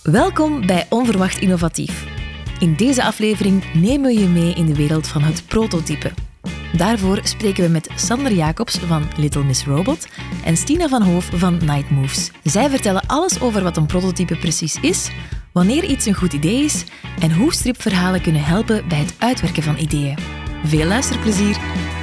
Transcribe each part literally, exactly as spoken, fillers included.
Welkom bij Onverwacht Innovatief. In deze aflevering nemen we je mee in de wereld van het prototype. Daarvoor spreken we met Sander Jacobs van Little Miss Robot en Stina van Hoof van Night Moves. Zij vertellen alles over wat een prototype precies is, wanneer iets een goed idee is en hoe stripverhalen kunnen helpen bij het uitwerken van ideeën. Veel luisterplezier!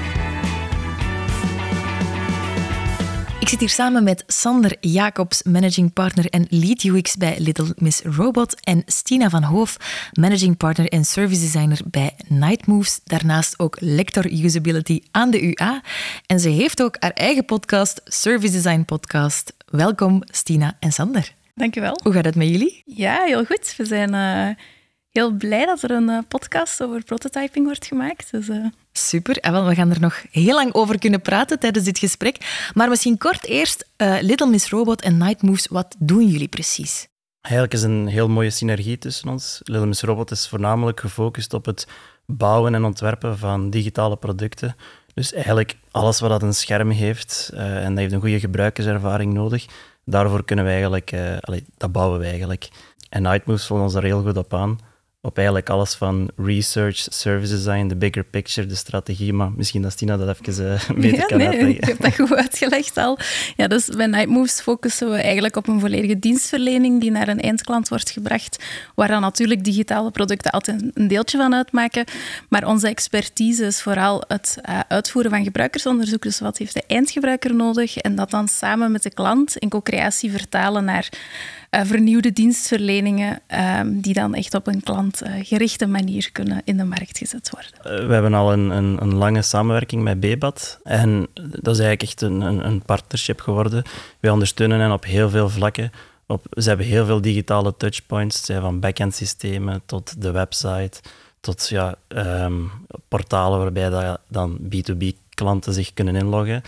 Ik zit hier samen met Sander Jacobs, managing partner en lead U X bij Little Miss Robot, en Stina van Hoof, managing partner en service designer bij Night Moves. Daarnaast ook lector usability aan de U A. En ze heeft ook haar eigen podcast, Service Design Podcast. Welkom, Stina en Sander. Dankjewel. Hoe gaat het met jullie? Ja, heel goed. We zijn uh, heel blij dat er een uh, podcast over prototyping wordt gemaakt. Dus, uh... Super. En wel, we gaan er nog heel lang over kunnen praten tijdens dit gesprek. Maar misschien kort eerst, uh, Little Miss Robot en Night Moves, wat doen jullie precies? Eigenlijk is een heel mooie synergie tussen ons. Little Miss Robot is voornamelijk gefocust op het bouwen en ontwerpen van digitale producten. Dus eigenlijk alles wat een scherm heeft, uh, en dat heeft een goede gebruikerservaring nodig, daarvoor kunnen we eigenlijk, uh, allee, dat bouwen we eigenlijk. En Night Moves volgen ons daar heel goed op aan. Op eigenlijk alles van research, service design, de bigger picture, de strategie. Maar misschien dat Stina dat even uh, beter ja, kan nee, uitleggen. Ik heb dat goed uitgelegd al. Ja, dus bij Night Moves focussen we eigenlijk op een volledige dienstverlening die naar een eindklant wordt gebracht, waar dan natuurlijk digitale producten altijd een deeltje van uitmaken. Maar onze expertise is vooral het uh, uitvoeren van gebruikersonderzoek. Dus wat heeft de eindgebruiker nodig? En dat dan samen met de klant in co-creatie vertalen naar Uh, vernieuwde dienstverleningen uh, die dan echt op een klantgerichte uh, manier kunnen in de markt gezet worden. Uh, we hebben al een, een, een lange samenwerking met B B A T en dat is eigenlijk echt een, een, een partnership geworden. Wij ondersteunen hen op heel veel vlakken. Op, ze hebben heel veel digitale touchpoints, van back-end systemen tot de website, tot ja, um, portalen waarbij dat dan B twee B klanten zich kunnen inloggen.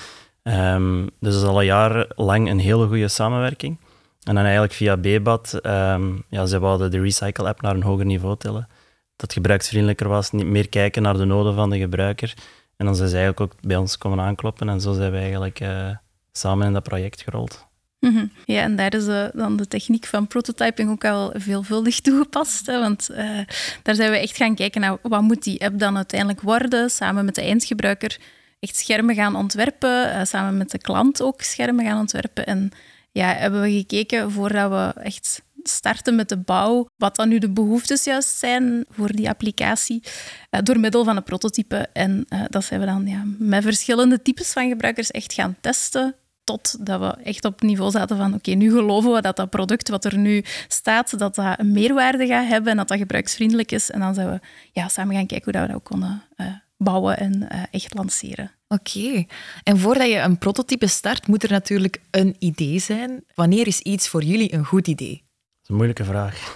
Um, dus dat is al een jaar lang een hele goede samenwerking. En dan eigenlijk via B B A T, um, ja, ze wouden de Recycle-app naar een hoger niveau tillen. Dat gebruiksvriendelijker was, niet meer kijken naar de noden van de gebruiker. En dan zijn ze eigenlijk ook bij ons komen aankloppen en zo zijn we eigenlijk uh, samen in dat project gerold. Mm-hmm. Ja, en daar is uh, dan de techniek van prototyping ook al veelvuldig toegepast. Hè, want uh, daar zijn we echt gaan kijken naar wat moet die app dan uiteindelijk worden, samen met de eindgebruiker echt schermen gaan ontwerpen, uh, samen met de klant ook schermen gaan ontwerpen. En ja, hebben we gekeken voordat we echt starten met de bouw, wat dan nu de behoeftes juist zijn voor die applicatie, uh, door middel van een prototype. En uh, dat zijn we dan ja, met verschillende types van gebruikers echt gaan testen, totdat we echt op het niveau zaten van oké, okay, nu geloven we dat dat product wat er nu staat, dat dat een meerwaarde gaat hebben en dat dat gebruiksvriendelijk is. En dan zijn we ja, samen gaan kijken hoe dat we dat ook konden uh, bouwen en uh, echt lanceren. Oké. Okay. En voordat je een prototype start, moet er natuurlijk een idee zijn. Wanneer is iets voor jullie een goed idee? Dat is een moeilijke vraag.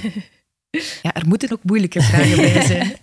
Ja, er moeten ook moeilijke vragen bij zijn.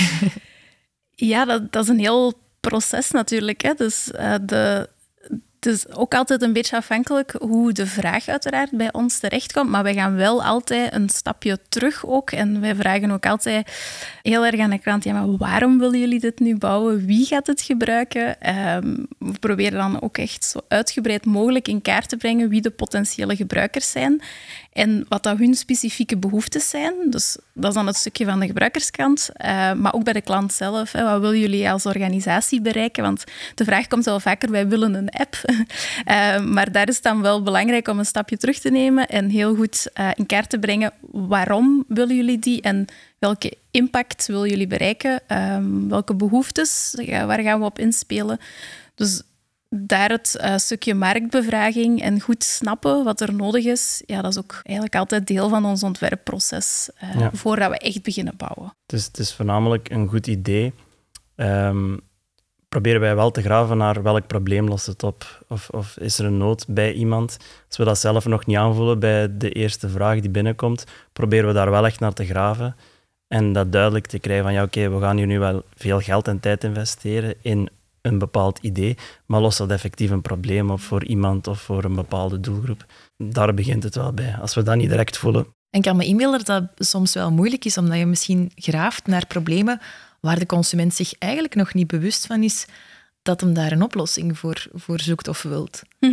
Ja, dat, dat is een heel proces natuurlijk. Hè. Dus uh, de... Het is ook altijd een beetje afhankelijk hoe de vraag uiteraard bij ons terechtkomt, maar wij gaan wel altijd een stapje terug ook. En wij vragen ook altijd heel erg aan de klant, ja, maar waarom willen jullie dit nu bouwen? Wie gaat het gebruiken? Um, we proberen dan ook echt zo uitgebreid mogelijk in kaart te brengen wie de potentiële gebruikers zijn en wat dat hun specifieke behoeftes zijn. Dus dat is dan het stukje van de gebruikerskant, uh, maar ook bij de klant zelf. Hè. Wat willen jullie als organisatie bereiken? Want de vraag komt wel vaker, wij willen een app. Uh, maar daar is het dan wel belangrijk om een stapje terug te nemen en heel goed uh, in kaart te brengen waarom willen jullie die en welke impact willen jullie bereiken, um, welke behoeftes, ja, waar gaan we op inspelen. Dus daar het uh, stukje marktbevraging en goed snappen wat er nodig is, ja, dat is ook eigenlijk altijd deel van ons ontwerpproces uh, ja. voordat we echt beginnen bouwen. Het is, het is voornamelijk een goed idee. Um, proberen wij wel te graven naar welk probleem lost het op. Of, of is er een nood bij iemand? Als we dat zelf nog niet aanvoelen bij de eerste vraag die binnenkomt, proberen we daar wel echt naar te graven en dat duidelijk te krijgen van ja, oké, okay, we gaan hier nu wel veel geld en tijd investeren in een bepaald idee, maar lost dat effectief een probleem op voor iemand of voor een bepaalde doelgroep? Daar begint het wel bij. Als we dat niet direct voelen. En ik kan me inbeelden dat dat soms wel moeilijk is, omdat je misschien graaft naar problemen waar de consument zich eigenlijk nog niet bewust van is dat hem daar een oplossing voor, voor zoekt of wilt. Mm-hmm.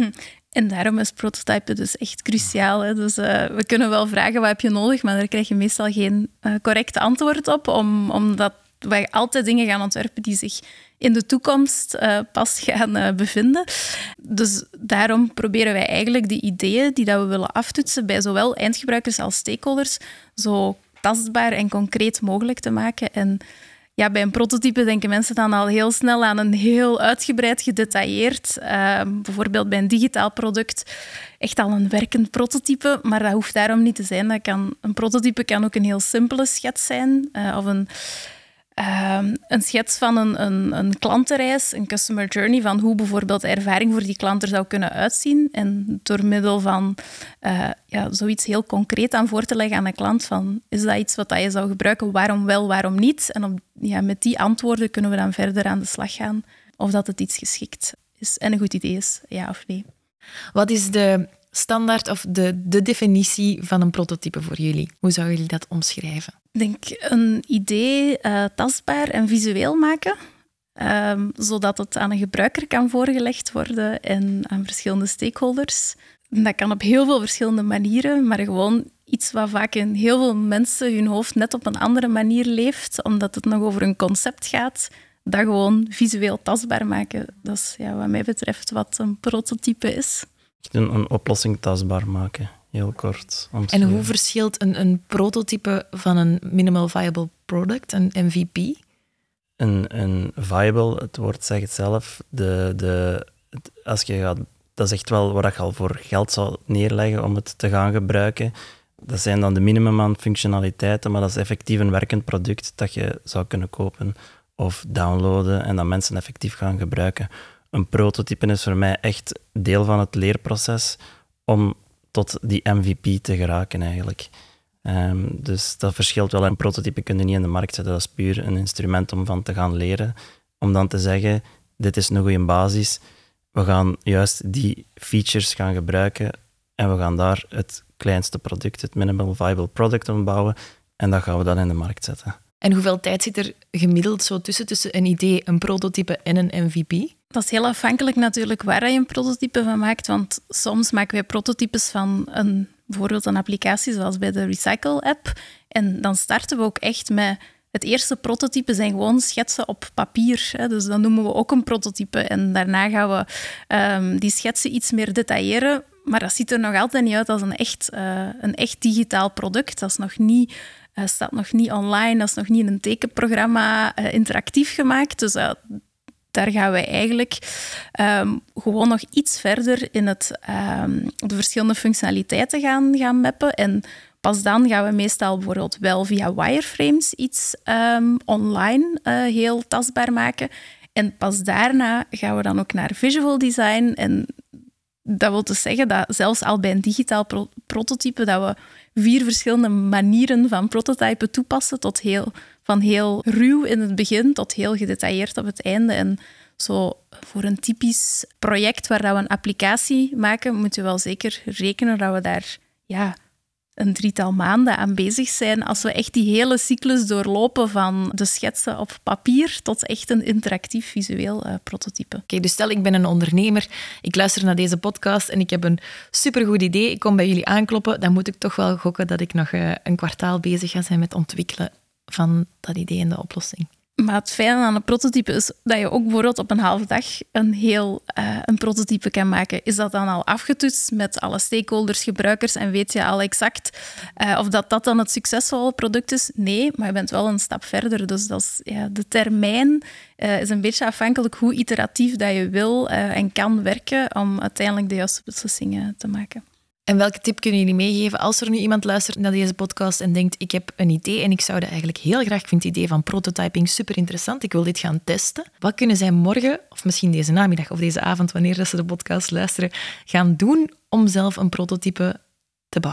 En daarom is prototypen dus echt cruciaal. Hè? Dus uh, we kunnen wel vragen, wat heb je nodig? Maar daar krijg je meestal geen uh, correct antwoord op, om, omdat wij altijd dingen gaan ontwerpen die zich in de toekomst uh, pas gaan uh, bevinden. Dus daarom proberen wij eigenlijk de ideeën die dat we willen aftoetsen bij zowel eindgebruikers als stakeholders zo tastbaar en concreet mogelijk te maken. En ja, bij een prototype denken mensen dan al heel snel aan een heel uitgebreid, gedetailleerd, uh, bijvoorbeeld bij een digitaal product, echt al een werkend prototype, maar dat hoeft daarom niet te zijn. Dat kan, een prototype kan ook een heel simpele schets zijn, uh, of een, uh, een schets van een, een, een klantenreis, een customer journey, van hoe bijvoorbeeld de ervaring voor die klant er zou kunnen uitzien. En door middel van uh, ja, zoiets heel concreet aan voor te leggen aan een klant, van is dat iets wat je zou gebruiken, waarom wel, waarom niet? En op, ja, met die antwoorden kunnen we dan verder aan de slag gaan of dat het iets geschikt is en een goed idee is, ja of nee. Wat is de standaard of de, de definitie van een prototype voor jullie? Hoe zouden jullie dat omschrijven? Ik denk een idee uh, tastbaar en visueel maken, um, zodat het aan een gebruiker kan voorgelegd worden en aan verschillende stakeholders. Dat kan op heel veel verschillende manieren, maar gewoon iets wat vaak in heel veel mensen hun hoofd net op een andere manier leeft, omdat het nog over een concept gaat, dat gewoon visueel tastbaar maken. Dat is ja, wat mij betreft wat een prototype is. Een, een oplossing tastbaar maken, heel kort. En hoe verschilt een, een prototype van een minimal viable product, een M V P? Een, een viable, het woord zegt het zelf, de, de, het, als je gaat, dat is echt wel waar je al voor geld zou neerleggen om het te gaan gebruiken. Dat zijn dan de minimum aan functionaliteiten, maar dat is effectief een werkend product dat je zou kunnen kopen of downloaden en dat mensen effectief gaan gebruiken. Een prototype is voor mij echt deel van het leerproces om tot die M V P te geraken eigenlijk. Um, dus dat verschilt wel. Een prototype kun je niet in de markt zetten. Dat is puur een instrument om van te gaan leren. Om dan te zeggen, dit is een goede basis. We gaan juist die features gaan gebruiken en we gaan daar het kleinste product, het minimal viable product, om bouwen. En dat gaan we dan in de markt zetten. En hoeveel tijd zit er gemiddeld zo tussen, tussen een idee, een prototype en een M V P? Dat is heel afhankelijk natuurlijk waar je een prototype van maakt, want soms maken wij prototypes van een, bijvoorbeeld een applicatie zoals bij de Recycle-app. En dan starten we ook echt met het eerste prototype zijn gewoon schetsen op papier. Hè. Dus dat noemen we ook een prototype. En daarna gaan we um, die schetsen iets meer detailleren. Maar dat ziet er nog altijd niet uit als een echt, uh, een echt digitaal product. Dat is nog niet... Uh, staat nog niet online, dat is nog niet in een tekenprogramma uh, interactief gemaakt. Dus uh, daar gaan wij eigenlijk um, gewoon nog iets verder in het, um, de verschillende functionaliteiten gaan, gaan mappen. En pas dan gaan we meestal bijvoorbeeld wel via wireframes iets um, online uh, heel tastbaar maken. En pas daarna gaan we dan ook naar visual design. En dat wil dus zeggen dat zelfs al bij een digitaal pro- prototype dat we vier verschillende manieren van prototypen toepassen, tot heel, van heel ruw in het begin tot heel gedetailleerd op het einde. En zo voor een typisch project waar dat we een applicatie maken, moeten we wel zeker rekenen dat we daar ja, een drietal maanden aan bezig zijn als we echt die hele cyclus doorlopen van de schetsen op papier tot echt een interactief visueel uh, prototype. Oké, okay, dus stel ik ben een ondernemer, ik luister naar deze podcast en ik heb een supergoed idee, ik kom bij jullie aankloppen, dan moet ik toch wel gokken dat ik nog uh, een kwartaal bezig ga zijn met het ontwikkelen van dat idee en de oplossing. Maar het fijne aan een prototype is dat je ook bijvoorbeeld op een halve dag een heel uh, een prototype kan maken. Is dat dan al afgetoetst met alle stakeholders, gebruikers en weet je al exact uh, of dat, dat dan het succesvolle product is? Nee, maar je bent wel een stap verder. Dus dat is, ja, de termijn uh, is een beetje afhankelijk hoe iteratief dat je wil uh, en kan werken om uiteindelijk de juiste beslissingen te maken. En welke tip kunnen jullie meegeven als er nu iemand luistert naar deze podcast en denkt, ik heb een idee en ik zou dat eigenlijk heel graag, ik vind het idee van prototyping super interessant, ik wil dit gaan testen. Wat kunnen zij morgen, of misschien deze namiddag of deze avond, wanneer ze de podcast luisteren, gaan doen om zelf een prototype te bouwen?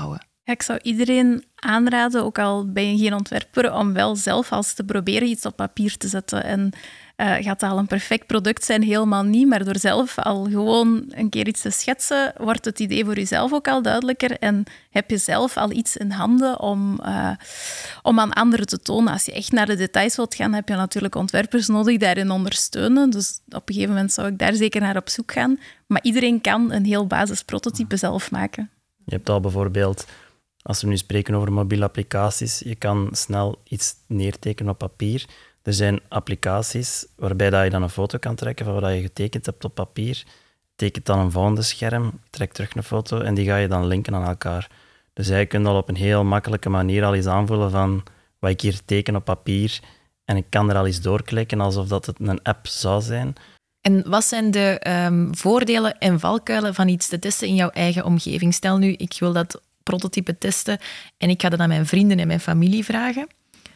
Ja, ik zou iedereen aanraden, ook al ben je geen ontwerper, om wel zelf al eens te proberen iets op papier te zetten. En uh, gaat dat al een perfect product zijn? Helemaal niet. Maar door zelf al gewoon een keer iets te schetsen, wordt het idee voor jezelf ook al duidelijker. En heb je zelf al iets in handen om, uh, om aan anderen te tonen. Als je echt naar de details wilt gaan, heb je natuurlijk ontwerpers nodig die daarin ondersteunen. Dus op een gegeven moment zou ik daar zeker naar op zoek gaan. Maar iedereen kan een heel basisprototype zelf maken. Je hebt al bijvoorbeeld... Als we nu spreken over mobiele applicaties, je kan snel iets neertekenen op papier. Er zijn applicaties waarbij dat je dan een foto kan trekken van wat je getekend hebt op papier. Tekent dan een volgende scherm, trek terug een foto en die ga je dan linken aan elkaar. Dus jij kunt al op een heel makkelijke manier al eens aanvoelen van wat ik hier teken op papier en ik kan er al eens doorklikken alsof dat het een app zou zijn. En wat zijn de um, voordelen en valkuilen van iets te testen in jouw eigen omgeving? Stel nu, ik wil dat prototype testen en ik ga dat aan mijn vrienden en mijn familie vragen.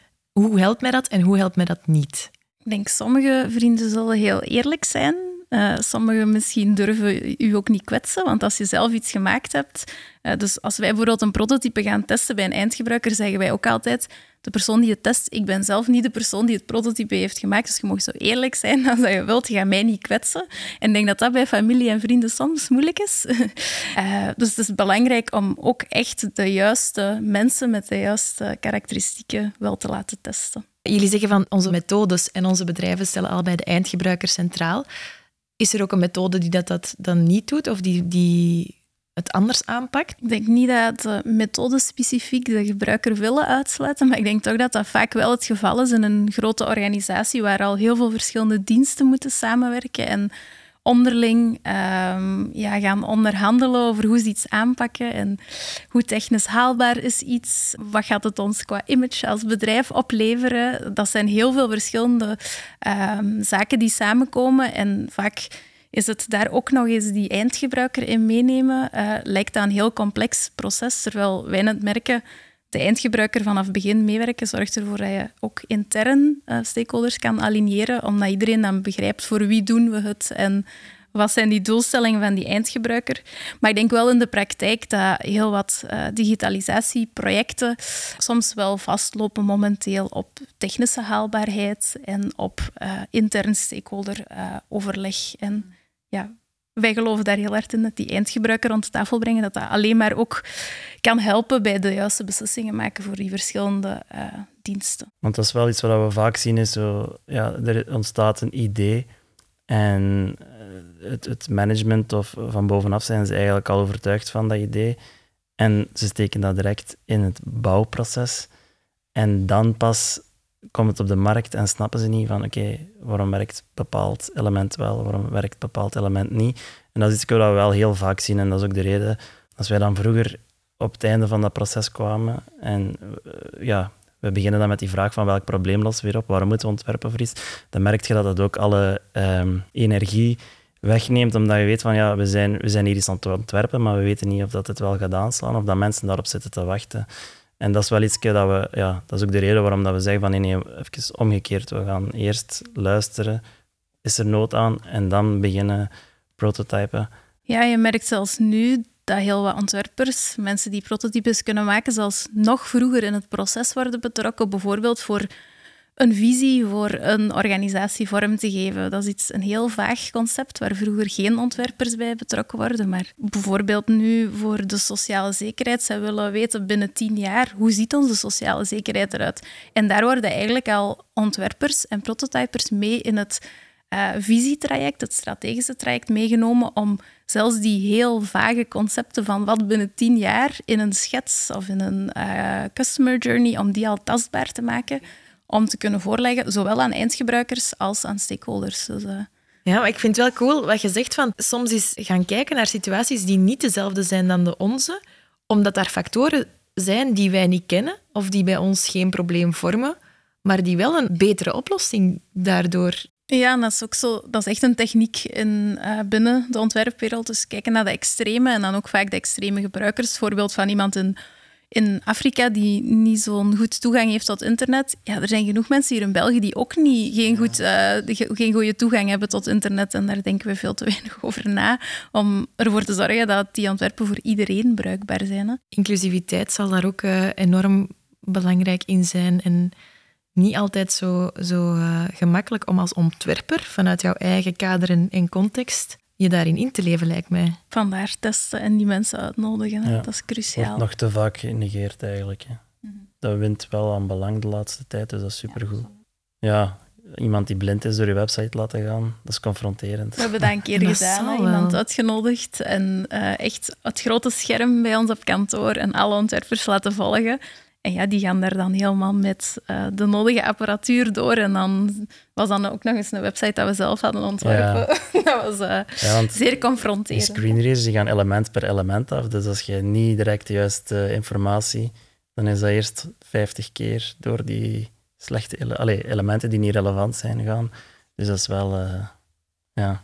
Hoe helpt mij dat en hoe helpt mij dat niet? Ik denk, sommige vrienden zullen heel eerlijk zijn. Uh, sommigen misschien durven u ook niet kwetsen, want als je zelf iets gemaakt hebt... Uh, dus als wij bijvoorbeeld een prototype gaan testen bij een eindgebruiker, zeggen wij ook altijd, de persoon die het test, ik ben zelf niet de persoon die het prototype heeft gemaakt, dus je mag zo eerlijk zijn als je wilt, je gaat mij niet kwetsen. En ik denk dat dat bij familie en vrienden soms moeilijk is. uh, dus het is belangrijk om ook echt de juiste mensen met de juiste karakteristieken wel te laten testen. Jullie zeggen van onze methodes en onze bedrijven stellen allebei de eindgebruiker centraal. Is er ook een methode die dat, dat dan niet doet of die, die het anders aanpakt? Ik denk niet dat de methode specifiek de gebruiker willen uitsluiten, maar ik denk toch dat dat vaak wel het geval is in een grote organisatie waar al heel veel verschillende diensten moeten samenwerken en onderling um, ja, gaan onderhandelen over hoe ze iets aanpakken en hoe technisch haalbaar is iets. Wat gaat het ons qua image als bedrijf opleveren? Dat zijn heel veel verschillende um, zaken die samenkomen en vaak is het daar ook nog eens die eindgebruiker in meenemen. Uh, lijkt dat een heel complex proces, terwijl wij net merken, de eindgebruiker vanaf begin meewerken zorgt ervoor dat je ook intern uh, stakeholders kan aligneren, omdat iedereen dan begrijpt voor wie doen we het en wat zijn die doelstellingen van die eindgebruiker. Maar ik denk wel in de praktijk dat heel wat uh, digitalisatieprojecten soms wel vastlopen momenteel op technische haalbaarheid en op uh, intern stakeholder uh, overleg. En ja, wij geloven daar heel hard in dat die eindgebruiker rond de tafel brengen, dat dat alleen maar ook kan helpen bij de juiste beslissingen maken voor die verschillende uh, diensten. Want dat is wel iets wat we vaak zien, is zo, ja, er ontstaat een idee en het, het management of van bovenaf zijn ze eigenlijk al overtuigd van dat idee en ze steken dat direct in het bouwproces en dan pas komt het op de markt en snappen ze niet van oké, okay, waarom werkt bepaald element wel, waarom werkt bepaald element niet. En dat is iets wat we wel heel vaak zien en dat is ook de reden. Als wij dan vroeger op het einde van dat proces kwamen en uh, ja, we beginnen dan met die vraag van welk probleem lossen we weer op, waarom moeten we ontwerpen voor iets, dan merk je dat dat ook alle um, energie wegneemt, omdat je weet van ja, we zijn, we zijn hier iets aan het ontwerpen, maar we weten niet of dat het wel gaat aanslaan of dat mensen daarop zitten te wachten. En dat is wel iets dat we, ja, dat is ook de reden waarom dat we zeggen van nee, nee, even omgekeerd. We gaan eerst luisteren, is er nood aan, en dan beginnen prototypen. Ja, je merkt zelfs nu dat heel wat ontwerpers, mensen die prototypes kunnen maken, zelfs nog vroeger in het proces worden betrokken, bijvoorbeeld voor een visie voor een organisatie vorm te geven. Dat is iets, een heel vaag concept waar vroeger geen ontwerpers bij betrokken worden. Maar bijvoorbeeld nu voor de sociale zekerheid. Zij willen weten binnen tien jaar, hoe ziet onze sociale zekerheid eruit? En daar worden eigenlijk al ontwerpers en prototypers mee in het uh, visietraject, het strategische traject meegenomen om zelfs die heel vage concepten van wat binnen tien jaar in een schets of in een uh, customer journey, om die al tastbaar te maken, om te kunnen voorleggen, zowel aan eindgebruikers als aan stakeholders. Dus, uh... Ja, maar ik vind het wel cool wat je zegt van soms is gaan kijken naar situaties die niet dezelfde zijn dan de onze, omdat daar factoren zijn die wij niet kennen of die bij ons geen probleem vormen, maar die wel een betere oplossing daardoor. Ja, dat is ook zo. Dat is echt een techniek in, uh, binnen de ontwerpwereld. Dus kijken naar de extreme en dan ook vaak de extreme gebruikers. Voorbeeld van iemand in in Afrika die niet zo'n goed toegang heeft tot internet. Ja, er zijn genoeg mensen hier in België die ook niet, geen, goed, uh, geen goede toegang hebben tot internet. En daar denken we veel te weinig over na, om ervoor te zorgen dat die ontwerpen voor iedereen bruikbaar zijn. Hè. Inclusiviteit zal daar ook uh, enorm belangrijk in zijn. En niet altijd zo, zo uh, gemakkelijk om als ontwerper vanuit jouw eigen kader en, en context je daarin in te leven, lijkt mij. Vandaar testen en die mensen uitnodigen. Ja. Dat is cruciaal. Wordt nog te vaak genegeerd eigenlijk. Hè. Mm-hmm. Dat wint wel aan belang de laatste tijd, dus dat is supergoed. Ja, ja, iemand die blind is door je website laten gaan, dat is confronterend. We hebben dat een keer dat gedaan, iemand uitgenodigd en uh, echt het grote scherm bij ons op kantoor en alle ontwerpers laten volgen. En ja, die gaan daar dan helemaal met uh, de nodige apparatuur door. En dan was dan ook nog eens een website dat we zelf hadden ontworpen. Ja. Dat was uh, ja, zeer confronterend. Die screenreaders die gaan element per element af. Dus als je niet direct de juiste uh, informatie... dan is dat eerst vijftig keer door die slechte ele- Allee, elementen die niet relevant zijn gaan. Dus dat is wel... Uh, ja...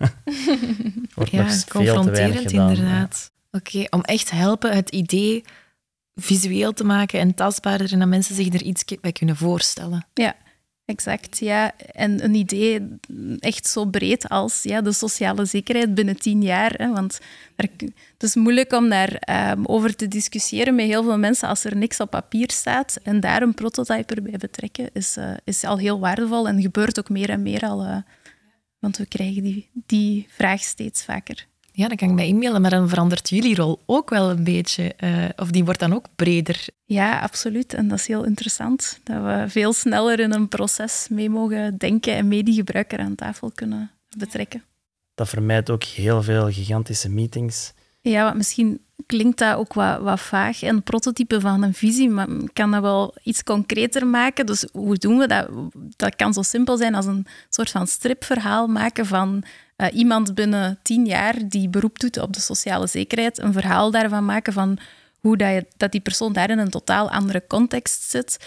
wordt ja, nog veel te weinig gedaan. Inderdaad. Ja. Oké, okay, om echt te helpen, het idee... visueel te maken en tastbaarder en dat mensen zich er iets bij kunnen voorstellen. Ja, exact. Ja. En een idee echt zo breed als ja, de sociale zekerheid binnen tien jaar. Hè, want er, het is moeilijk om daar um, over te discussiëren met heel veel mensen als er niks op papier staat. En daar een prototype erbij betrekken is, uh, is al heel waardevol en gebeurt ook meer en meer al. Uh, want we krijgen die, die vraag steeds vaker. Ja, dan kan ik mij inmailen, maar dan verandert jullie rol ook wel een beetje. Uh, of die wordt dan ook breder. Ja, absoluut. En dat is heel interessant. Dat we veel sneller in een proces mee mogen denken en mee die gebruiker aan tafel kunnen betrekken. Dat vermijdt ook heel veel gigantische meetings. Ja, want misschien klinkt dat ook wat, wat vaag. Een prototype van een visie, maar kan dat wel iets concreter maken. Dus hoe doen we dat? Dat kan zo simpel zijn als een soort van stripverhaal maken van... Uh, iemand binnen tien jaar die beroep doet op de sociale zekerheid, een verhaal daarvan maken van hoe dat, je, dat die persoon daar in een totaal andere context zit.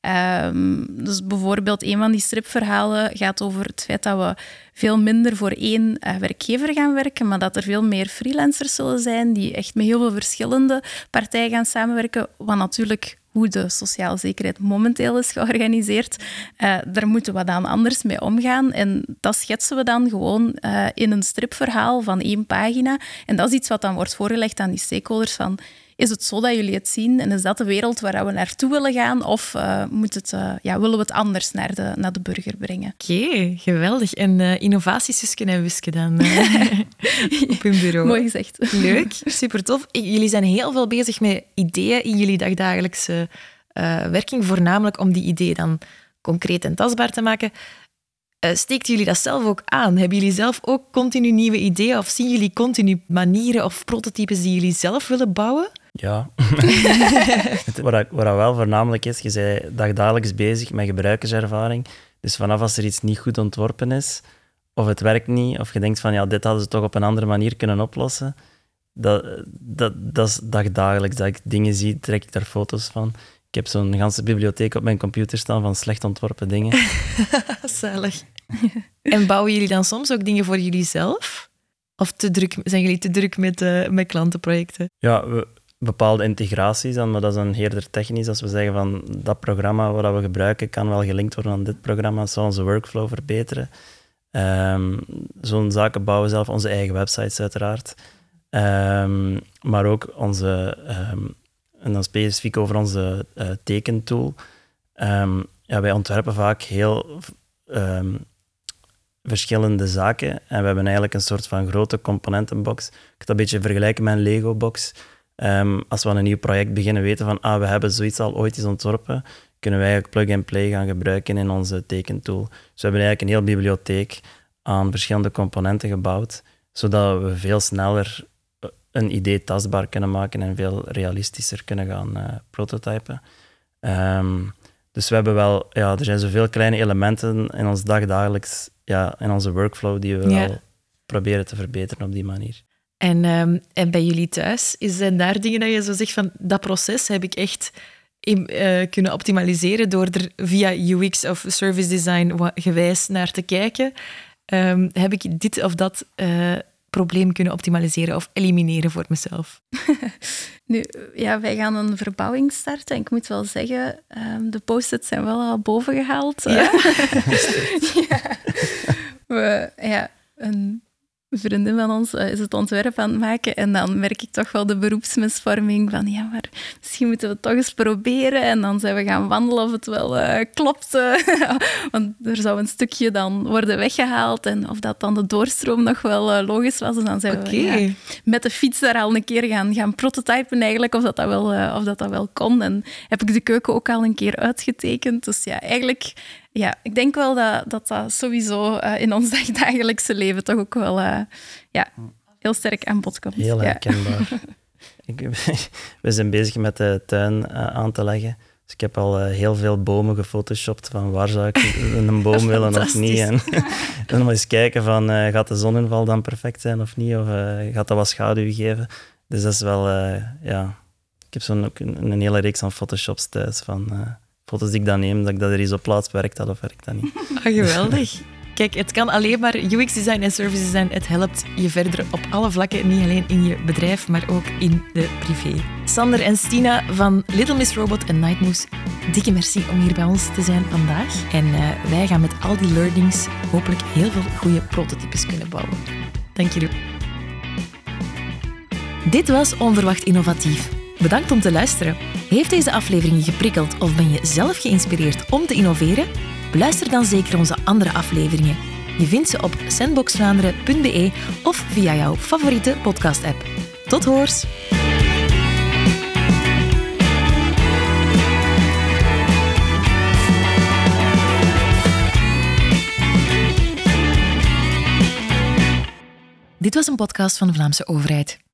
Um, dus bijvoorbeeld een van die stripverhalen gaat over het feit dat we veel minder voor één uh, werkgever gaan werken, maar dat er veel meer freelancers zullen zijn die echt met heel veel verschillende partijen gaan samenwerken, wat natuurlijk hoe de sociale zekerheid momenteel is georganiseerd. Uh, daar moeten we dan anders mee omgaan. En dat schetsen we dan gewoon uh, in een stripverhaal van één pagina. En dat is iets wat dan wordt voorgelegd aan die stakeholders van... Is het zo dat jullie het zien? En is dat de wereld waar we naartoe willen gaan? Of uh, moet het, uh, ja, willen we het anders naar de, naar de burger brengen? Oké, okay, geweldig. En uh, innovatiessusken en wisken dan uh, op hun bureau. Mooi gezegd. Leuk, super tof. Jullie zijn heel veel bezig met ideeën in jullie dagdagelijkse uh, werking. Voornamelijk om die ideeën dan concreet en tastbaar te maken. Uh, steekt jullie dat zelf ook aan? Hebben jullie zelf ook continu nieuwe ideeën? Of zien jullie continu manieren of prototypes die jullie zelf willen bouwen? Ja. Wat wel voornamelijk is, je bent dagdagelijks bezig met gebruikerservaring. Dus vanaf als er iets niet goed ontworpen is, of het werkt niet, of je denkt van ja, dit hadden ze toch op een andere manier kunnen oplossen, dat, dat, dat is dagdagelijks. Dat ik dingen zie, trek ik daar foto's van. Ik heb zo'n ganse bibliotheek op mijn computer staan van slecht ontworpen dingen. Zalig. En bouwen jullie dan soms ook dingen voor jullie zelf? Of te druk, zijn jullie te druk met, uh, met klantenprojecten? Ja, we, bepaalde integraties dan, maar dat is dan eerder technisch. Als we zeggen van dat programma wat we gebruiken kan wel gelinkt worden aan dit programma, dat zal onze workflow verbeteren. Um, zo'n zaken bouwen zelf, onze eigen websites uiteraard. Um, maar ook onze... Um, en dan specifiek over onze uh, tekentool. Um, ja, wij ontwerpen vaak heel um, verschillende zaken. En we hebben eigenlijk een soort van grote componentenbox. Ik kan dat een beetje vergelijken met een Lego-box. Um, als we aan een nieuw project beginnen weten van ah, we hebben zoiets al ooit eens ontworpen, kunnen wij eigenlijk plug-and-play gaan gebruiken in onze tekentool. Dus we hebben eigenlijk een hele bibliotheek aan verschillende componenten gebouwd, zodat we veel sneller een idee tastbaar kunnen maken en veel realistischer kunnen gaan uh, prototypen. Um, dus we hebben wel, ja, er zijn zoveel kleine elementen in ons dagdagelijks, ja, in onze workflow die we ja. wel proberen te verbeteren op die manier. En, um, en bij jullie thuis, zijn daar dingen dat je zo zegt van dat proces heb ik echt in, uh, kunnen optimaliseren door er via U X of service design gewijs naar te kijken? Um, heb ik dit of dat uh, probleem kunnen optimaliseren of elimineren voor mezelf? Nu, ja, wij gaan een verbouwing starten. En ik moet wel zeggen, um, de post-its zijn wel al boven gehaald. Ja? ja. We, ja, een vriendin van ons uh, is het ontwerp aan het maken. En dan merk ik toch wel de beroepsmisvorming van, ja, maar misschien moeten we het toch eens proberen. En dan zijn we gaan wandelen of het wel uh, klopt. Want er zou een stukje dan worden weggehaald. En of dat dan de doorstroom nog wel uh, logisch was. En dan zijn okay. we ja, met de fiets daar al een keer gaan, gaan prototypen eigenlijk, of dat dat, wel, uh, of dat dat wel kon. En heb ik de keuken ook al een keer uitgetekend. Dus ja, eigenlijk... Ja, ik denk wel dat dat, dat sowieso uh, in ons dagdagelijkse leven toch ook wel uh, ja, heel sterk aan bod komt. Heel herkenbaar. Ja. ik, we zijn bezig met de tuin uh, aan te leggen. Dus ik heb al uh, heel veel bomen gefotoshopt van waar zou ik een boom willen of niet. En dan maar eens kijken van, uh, gaat de zoninval dan perfect zijn of niet? Of uh, gaat dat wat schaduw geven? Dus dat is wel, uh, ja... Ik heb zo'n ook een, een hele reeks aan photoshops thuis van... Uh, foto's die ik dan neem, dat ik dat er eens op plaats, werkt dat of werkt dat niet. Oh, geweldig. Kijk, het kan alleen maar U X-design en service design. Het helpt je verder op alle vlakken, niet alleen in je bedrijf, maar ook in de privé. Sander en Stina van Little Miss Robot en Nightmoose, dikke merci om hier bij ons te zijn vandaag. En uh, wij gaan met al die learnings hopelijk heel veel goede prototypes kunnen bouwen. Dank jullie. Dit was Onverwacht Innovatief. Bedankt om te luisteren. Heeft deze aflevering je geprikkeld of ben je zelf geïnspireerd om te innoveren? Beluister dan zeker onze andere afleveringen. Je vindt ze op sandbox vlaanderen punt b e of via jouw favoriete podcast-app. Tot hoors! Dit was een podcast van de Vlaamse overheid.